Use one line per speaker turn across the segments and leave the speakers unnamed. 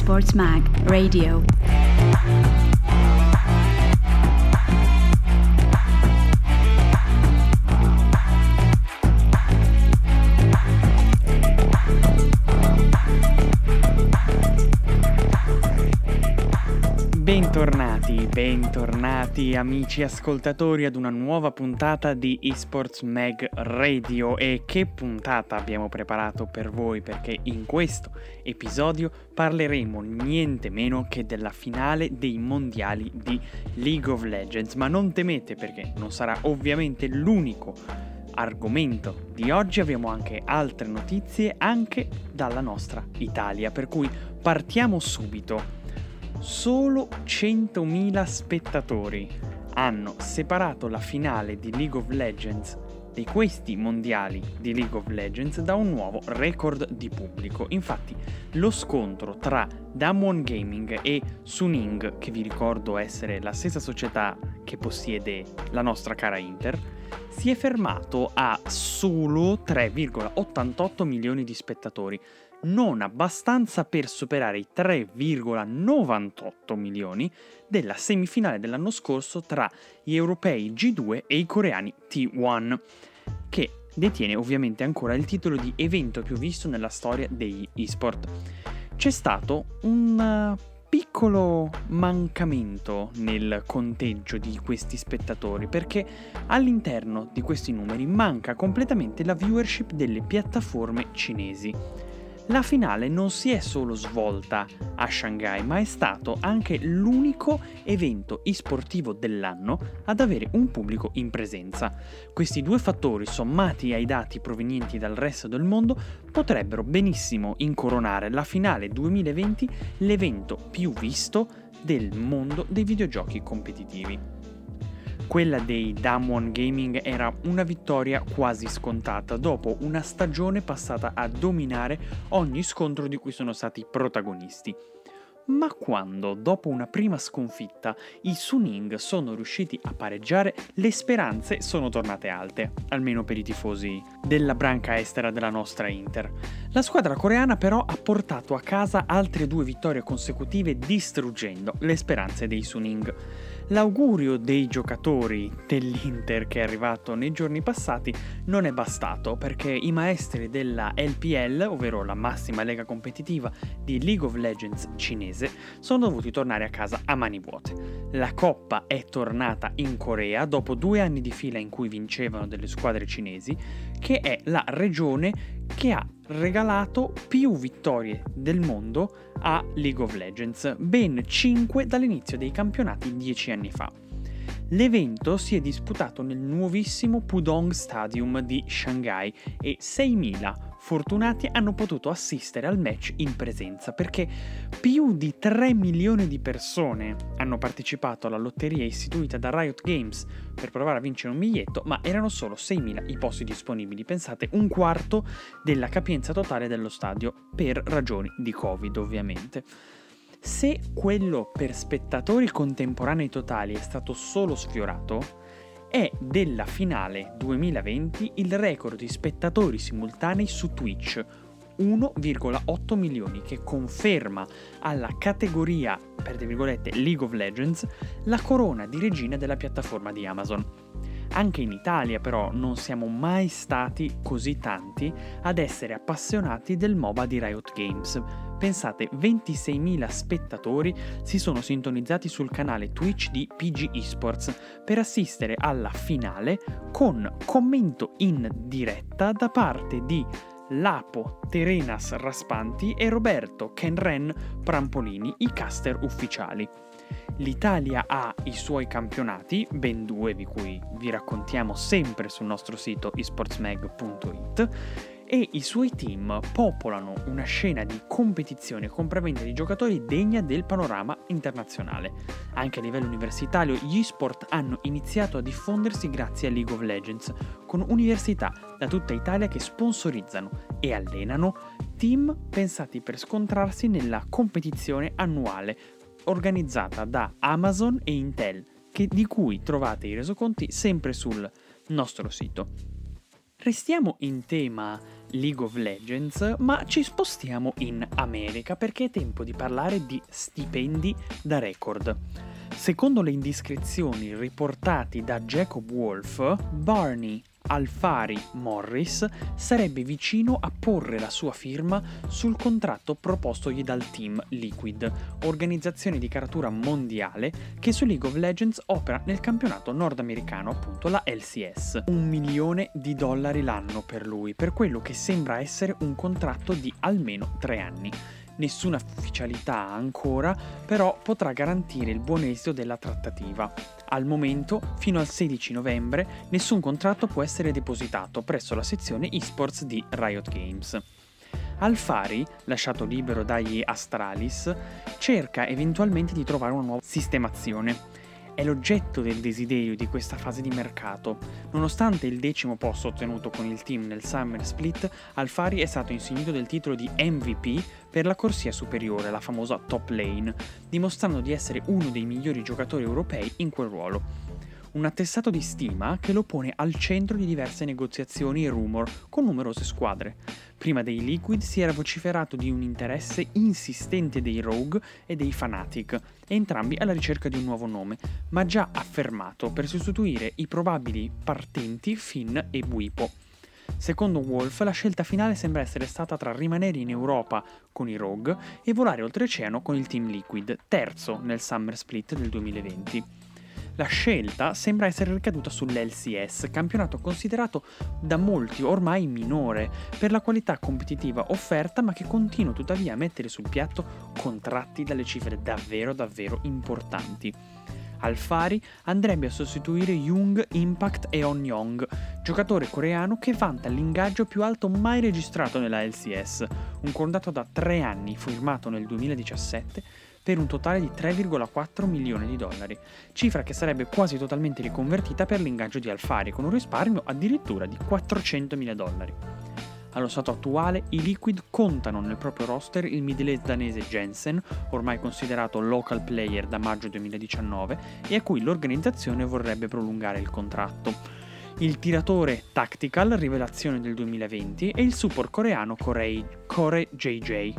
Esports Mag Radio.
Bentornati amici ascoltatori ad una nuova puntata di Esports Mag Radio. E che puntata abbiamo preparato per voi, perché in questo episodio parleremo niente meno che della finale dei mondiali di League of Legends. Ma non temete, perché non sarà ovviamente l'unico argomento di oggi, abbiamo anche altre notizie anche dalla nostra Italia, per cui partiamo subito. Solo 100.000 spettatori hanno separato la finale di League of Legends, di questi mondiali di League of Legends, da un nuovo record di pubblico. Infatti lo scontro tra Damwon Gaming e Suning, che vi ricordo essere la stessa società che possiede la nostra cara Inter, si è fermato a solo 3,88 milioni di spettatori, non abbastanza per superare i 3,98 milioni della semifinale dell'anno scorso tra gli europei G2 e i coreani T1, che detiene ovviamente ancora il titolo di evento più visto nella storia degli esport. C'è stato un piccolo mancamento nel conteggio di questi spettatori, perché all'interno di questi numeri manca completamente la viewership delle piattaforme cinesi. La finale non si è solo svolta a Shanghai, ma è stato anche l'unico evento esportivo dell'anno ad avere un pubblico in presenza. Questi due fattori, sommati ai dati provenienti dal resto del mondo, potrebbero benissimo incoronare la finale 2020 l'evento più visto del mondo dei videogiochi competitivi. Quella dei Damwon Gaming era una vittoria quasi scontata, dopo una stagione passata a dominare ogni scontro di cui sono stati protagonisti. Ma quando, dopo una prima sconfitta, i Suning sono riusciti a pareggiare, le speranze sono tornate alte, almeno per i tifosi della branca estera della nostra Inter. La squadra coreana però ha portato a casa altre 2 vittorie consecutive, distruggendo le speranze dei Suning. L'augurio dei giocatori dell'Inter che è arrivato nei giorni passati non è bastato, perché i maestri della LPL, ovvero la massima lega competitiva di League of Legends cinese, sono dovuti tornare a casa a mani vuote. La coppa è tornata in Corea dopo 2 anni di fila in cui vincevano delle squadre cinesi, che è la regione che ha regalato più vittorie del mondo a League of Legends, ben 5 dall'inizio dei campionati 10 anni fa. L'evento si è disputato nel nuovissimo Pudong Stadium di Shanghai e 6.000 fortunati hanno potuto assistere al match in presenza, perché più di 3 milioni di persone hanno partecipato alla lotteria istituita da Riot Games per provare a vincere un biglietto, ma erano solo 6.000 i posti disponibili. Pensate, un quarto della capienza totale dello stadio, per ragioni di Covid ovviamente. Se quello per spettatori contemporanei totali è stato solo sfiorato, è della finale 2020 il record di spettatori simultanei su Twitch, 1,8 milioni, che conferma alla categoria, per virgolette, League of Legends, la corona di regina della piattaforma di Amazon. Anche in Italia però non siamo mai stati così tanti ad essere appassionati del MOBA di Riot Games. Pensate, 26.000 spettatori si sono sintonizzati sul canale Twitch di PG Esports per assistere alla finale, con commento in diretta da parte di Lapo Terenas Raspanti e Roberto Kenren Prampolini, i caster ufficiali. L'Italia ha i suoi campionati, ben 2 di cui vi raccontiamo sempre sul nostro sito esportsmag.it, e i suoi team popolano una scena di competizione e compravendita di giocatori degna del panorama internazionale. Anche a livello universitario gli esport hanno iniziato a diffondersi grazie a League of Legends, con università da tutta Italia che sponsorizzano e allenano team pensati per scontrarsi nella competizione annuale organizzata da Amazon e Intel, di cui trovate i resoconti sempre sul nostro sito. Restiamo in tema League of Legends, ma ci spostiamo in America perché è tempo di parlare di stipendi da record. Secondo le indiscrezioni riportate da Jacob Wolf, Barney Alfari Morris sarebbe vicino a porre la sua firma sul contratto propostogli dal Team Liquid, organizzazione di caratura mondiale che su League of Legends opera nel campionato nordamericano, appunto la LCS. $1 milione l'anno per lui, per quello che sembra essere un contratto di almeno 3 anni. Nessuna ufficialità ancora, però potrà garantire il buon esito della trattativa. Al momento, fino al 16 novembre, nessun contratto può essere depositato presso la sezione eSports di Riot Games. Alfari, lasciato libero dagli Astralis, cerca eventualmente di trovare una nuova sistemazione. È l'oggetto del desiderio di questa fase di mercato. Nonostante il 10° posto ottenuto con il team nel Summer Split, Alfari è stato insignito del titolo di MVP per la corsia superiore, la famosa top lane, dimostrando di essere uno dei migliori giocatori europei in quel ruolo. Un attestato di stima che lo pone al centro di diverse negoziazioni e rumor con numerose squadre. Prima dei Liquid si era vociferato di un interesse insistente dei Rogue e dei Fnatic, entrambi alla ricerca di un nuovo nome, ma già affermato per sostituire i probabili partenti Finn e Bwipo. Secondo Wolf, la scelta finale sembra essere stata tra rimanere in Europa con i Rogue e volare oltreoceano con il Team Liquid, terzo nel Summer Split del 2020. La scelta sembra essere ricaduta sull'LCS, campionato considerato da molti ormai minore per la qualità competitiva offerta, ma che continua tuttavia a mettere sul piatto contratti dalle cifre davvero importanti. Alfari andrebbe a sostituire Young Impact Eonyong, giocatore coreano che vanta l'ingaggio più alto mai registrato nella LCS, un contratto da 3 anni firmato nel 2017 per un totale di $3,4 milioni, cifra che sarebbe quasi totalmente riconvertita per l'ingaggio di Alfari, con un risparmio addirittura di $400.000. Allo stato attuale, i Liquid contano nel proprio roster il middlese danese Jensen, ormai considerato local player da maggio 2019 e a cui l'organizzazione vorrebbe prolungare il contratto, il tiratore Tactical, rivelazione del 2020, e il support coreano Core JJ.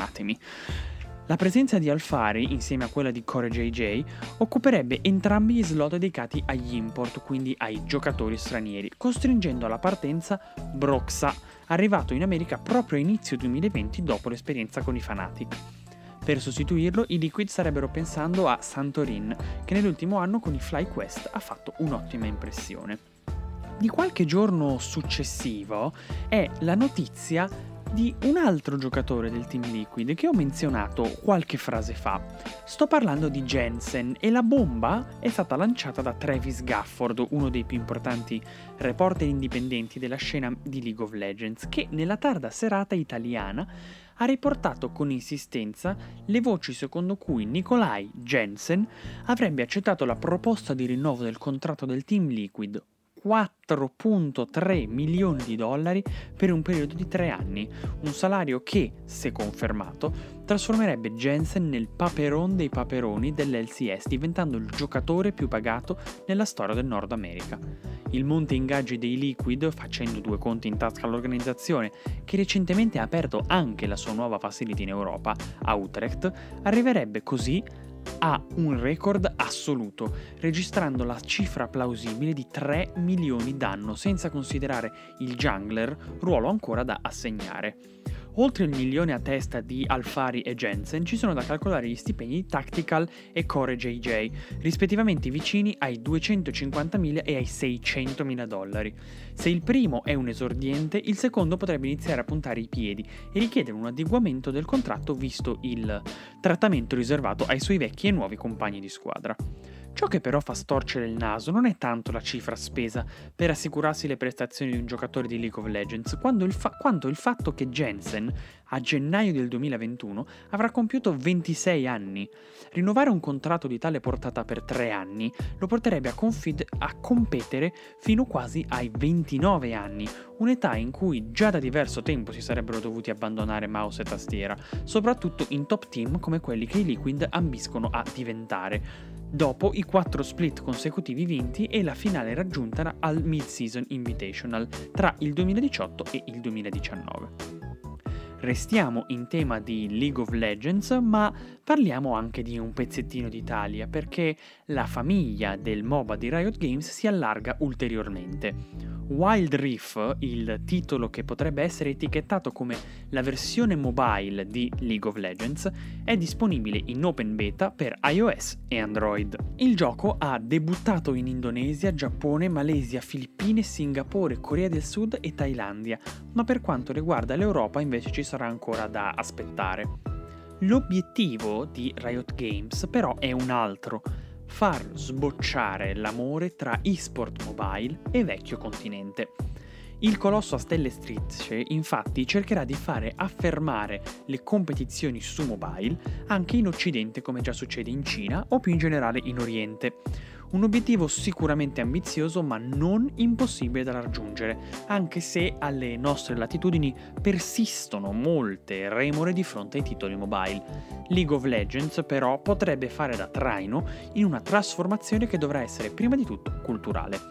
La presenza di Alfari, insieme a quella di Core JJ, occuperebbe entrambi gli slot dedicati agli import, quindi ai giocatori stranieri, costringendo alla partenza Broxa, arrivato in America proprio a inizio 2020 dopo l'esperienza con i Fnatic. Per sostituirlo, i Liquid starebbero pensando a Santorin, che nell'ultimo anno con i FlyQuest ha fatto un'ottima impressione. Di qualche giorno successivo è la notizia di un altro giocatore del Team Liquid che ho menzionato qualche frase fa. Sto parlando di Jensen e la bomba è stata lanciata da Travis Gafford, uno dei più importanti reporter indipendenti della scena di League of Legends, che nella tarda serata italiana ha riportato con insistenza le voci secondo cui Nikolai Jensen avrebbe accettato la proposta di rinnovo del contratto del Team Liquid, $4,3 milioni per un periodo di 3 anni, un salario che, se confermato, trasformerebbe Jensen nel paperon dei paperoni dell'LCS, diventando il giocatore più pagato nella storia del Nord America. Il monte ingaggi dei Liquid, facendo 2 conti in tasca all'organizzazione, che recentemente ha aperto anche la sua nuova facility in Europa, a Utrecht, arriverebbe così a un record assoluto, registrando la cifra plausibile di 3 milioni d'anno, senza considerare il jungler, ruolo ancora da assegnare. Oltre il milione a testa di Alfari e Jensen, ci sono da calcolare gli stipendi di Tactical e Core JJ, rispettivamente vicini ai $250.000 e ai $600.000. Se il primo è un esordiente, il secondo potrebbe iniziare a puntare i piedi e richiedere un adeguamento del contratto visto il trattamento riservato ai suoi vecchi e nuovi compagni di squadra. Ciò che però fa storcere il naso non è tanto la cifra spesa per assicurarsi le prestazioni di un giocatore di League of Legends, quanto il fatto che Jensen, a gennaio del 2021, avrà compiuto 26 anni. Rinnovare un contratto di tale portata per 3 anni lo porterebbe a competere fino quasi ai 29 anni, un'età in cui già da diverso tempo si sarebbero dovuti abbandonare mouse e tastiera, soprattutto in top team come quelli che i Liquid ambiscono a diventare. dopo i 4 split consecutivi vinti e la finale raggiunta al Mid-Season Invitational tra il 2018 e il 2019. Restiamo in tema di League of Legends, ma parliamo anche di un pezzettino d'Italia, perché la famiglia del MOBA di Riot Games si allarga ulteriormente. Wild Rift, il titolo che potrebbe essere etichettato come la versione mobile di League of Legends, è disponibile in open beta per iOS e Android. Il gioco ha debuttato in Indonesia, Giappone, Malesia, Filippine, Singapore, Corea del Sud e Thailandia, ma per quanto riguarda l'Europa invece ci sarà ancora da aspettare. L'obiettivo di Riot Games però è un altro: far sbocciare l'amore tra eSport mobile e vecchio continente. Il colosso a stelle strisce infatti cercherà di fare affermare le competizioni su mobile anche in Occidente, come già succede in Cina o più in generale in Oriente. Un obiettivo sicuramente ambizioso ma non impossibile da raggiungere, anche se alle nostre latitudini persistono molte remore di fronte ai titoli mobile. League of Legends però potrebbe fare da traino in una trasformazione che dovrà essere prima di tutto culturale.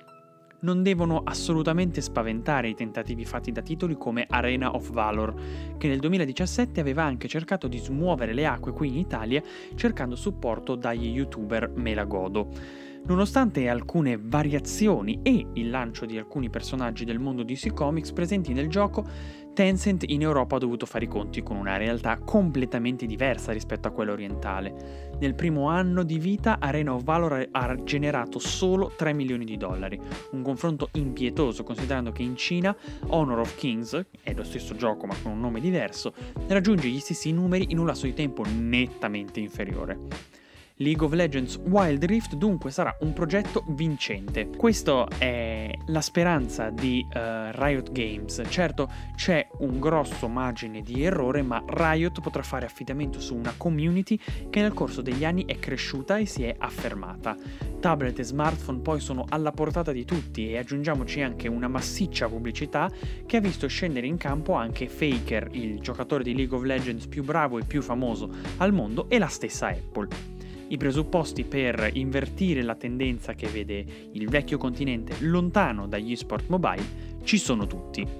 Non devono assolutamente spaventare i tentativi fatti da titoli come Arena of Valor, che nel 2017 aveva anche cercato di smuovere le acque qui in Italia cercando supporto dagli youtuber Melagodo. Nonostante alcune variazioni e il lancio di alcuni personaggi del mondo DC Comics presenti nel gioco, Tencent in Europa ha dovuto fare i conti con una realtà completamente diversa rispetto a quella orientale. Nel primo anno di vita Arena of Valor ha generato solo $3 milioni, un confronto impietoso considerando che in Cina Honor of Kings, è lo stesso gioco ma con un nome diverso, raggiunge gli stessi numeri in un lasso di tempo nettamente inferiore. League of Legends Wild Rift dunque sarà un progetto vincente. Questa è la speranza di Riot Games. Certo, c'è un grosso margine di errore, ma Riot potrà fare affidamento su una community che nel corso degli anni è cresciuta e si è affermata. Tablet e smartphone poi sono alla portata di tutti e aggiungiamoci anche una massiccia pubblicità che ha visto scendere in campo anche Faker, il giocatore di League of Legends più bravo e più famoso al mondo, e la stessa Apple. I presupposti per invertire la tendenza che vede il vecchio continente lontano dagli esport mobile ci sono tutti.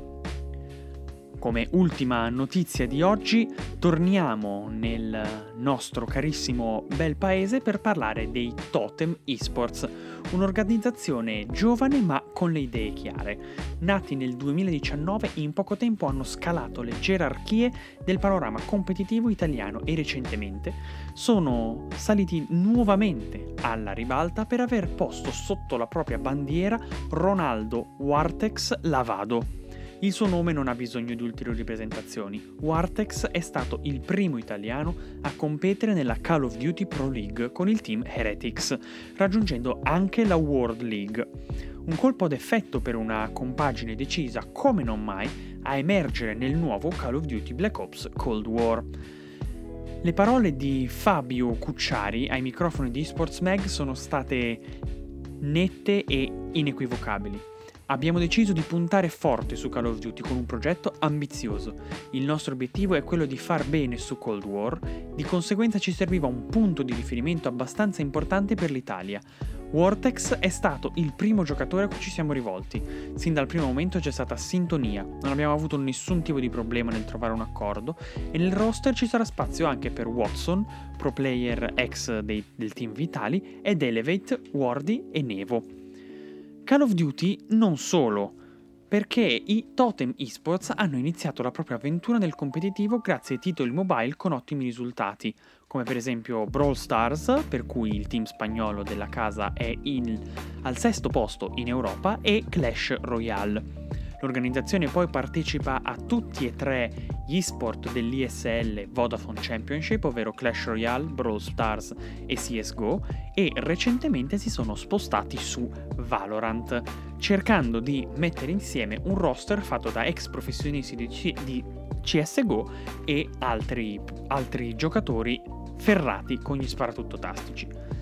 Come ultima notizia di oggi, torniamo nel nostro carissimo bel paese per parlare dei Totem Esports, un'organizzazione giovane ma con le idee chiare. Nati nel 2019, in poco tempo hanno scalato le gerarchie del panorama competitivo italiano e recentemente sono saliti nuovamente alla ribalta per aver posto sotto la propria bandiera Ronaldo Wartex Lavado. Il suo nome non ha bisogno di ulteriori presentazioni. Wartex è stato il primo italiano a competere nella Call of Duty Pro League con il team Heretics, raggiungendo anche la World League. Un colpo d'effetto per una compagine decisa, come non mai, a emergere nel nuovo Call of Duty Black Ops Cold War. Le parole di Fabio Cucciari ai microfoni di Esports Mag sono state nette e inequivocabili. Abbiamo deciso di puntare forte su Call of Duty con un progetto ambizioso. Il nostro obiettivo è quello di far bene su Cold War, di conseguenza ci serviva un punto di riferimento abbastanza importante per l'Italia. Wartex è stato il primo giocatore a cui ci siamo rivolti. Sin dal primo momento c'è stata sintonia, non abbiamo avuto nessun tipo di problema nel trovare un accordo e nel roster ci sarà spazio anche per Watson, pro player ex del team Vitali, ed Elevate, Wardy e Nevo. Call of Duty non solo, perché i Totem Esports hanno iniziato la propria avventura nel competitivo grazie ai titoli mobile con ottimi risultati, come per esempio Brawl Stars, per cui il team spagnolo della casa è al 6º posto in Europa, e Clash Royale. L'organizzazione poi partecipa a tutti e tre gli esport dell'ISL Vodafone Championship, ovvero Clash Royale, Brawl Stars e CSGO, e recentemente si sono spostati su Valorant, cercando di mettere insieme un roster fatto da ex professionisti di CSGO e altri giocatori ferrati con gli sparatutto tastici.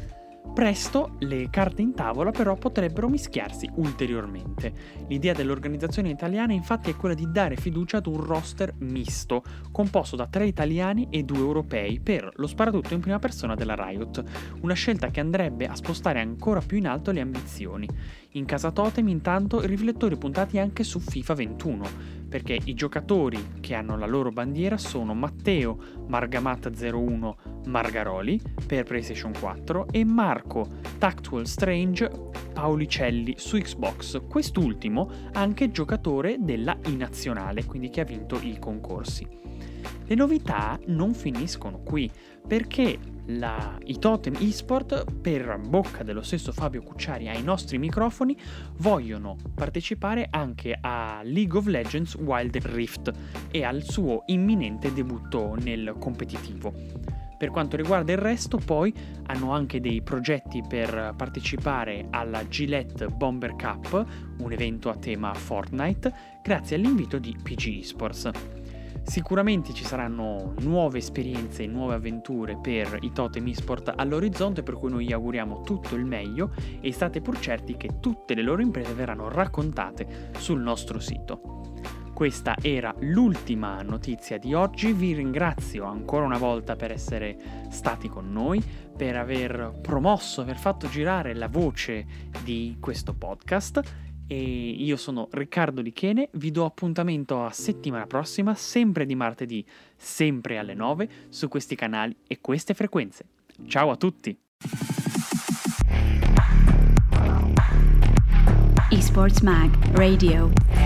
Presto le carte in tavola però potrebbero mischiarsi ulteriormente. L'idea dell'organizzazione italiana infatti è quella di dare fiducia ad un roster misto, composto da 3 italiani e 2 europei per lo sparatutto in prima persona della Riot, una scelta che andrebbe a spostare ancora più in alto le ambizioni. In casa Totem intanto i riflettori puntati anche su FIFA 21, perché i giocatori che hanno la loro bandiera sono Matteo Margamat01 Margaroli per PlayStation 4 e Marco Tactual Strange Paulicelli su Xbox, quest'ultimo anche giocatore della I-Nazionale, quindi che ha vinto i concorsi. Le novità non finiscono qui, perché i Totem eSport, per bocca dello stesso Fabio Cucciari ai nostri microfoni, vogliono partecipare anche a League of Legends Wild Rift e al suo imminente debutto nel competitivo. Per quanto riguarda il resto, poi hanno anche dei progetti per partecipare alla Gillette Bomber Cup, un evento a tema Fortnite, grazie all'invito di PG Esports. Sicuramente ci saranno nuove esperienze e nuove avventure per i Totem eSport all'orizzonte, per cui noi gli auguriamo tutto il meglio e state pur certi che tutte le loro imprese verranno raccontate sul nostro sito. Questa era l'ultima notizia di oggi, vi ringrazio ancora una volta per essere stati con noi, per aver promosso, aver fatto girare la voce di questo podcast. E io sono Riccardo Lichene, vi do appuntamento a settimana prossima, sempre di martedì, sempre alle 9, su questi canali e queste frequenze. Ciao a tutti!
Esports Mag Radio.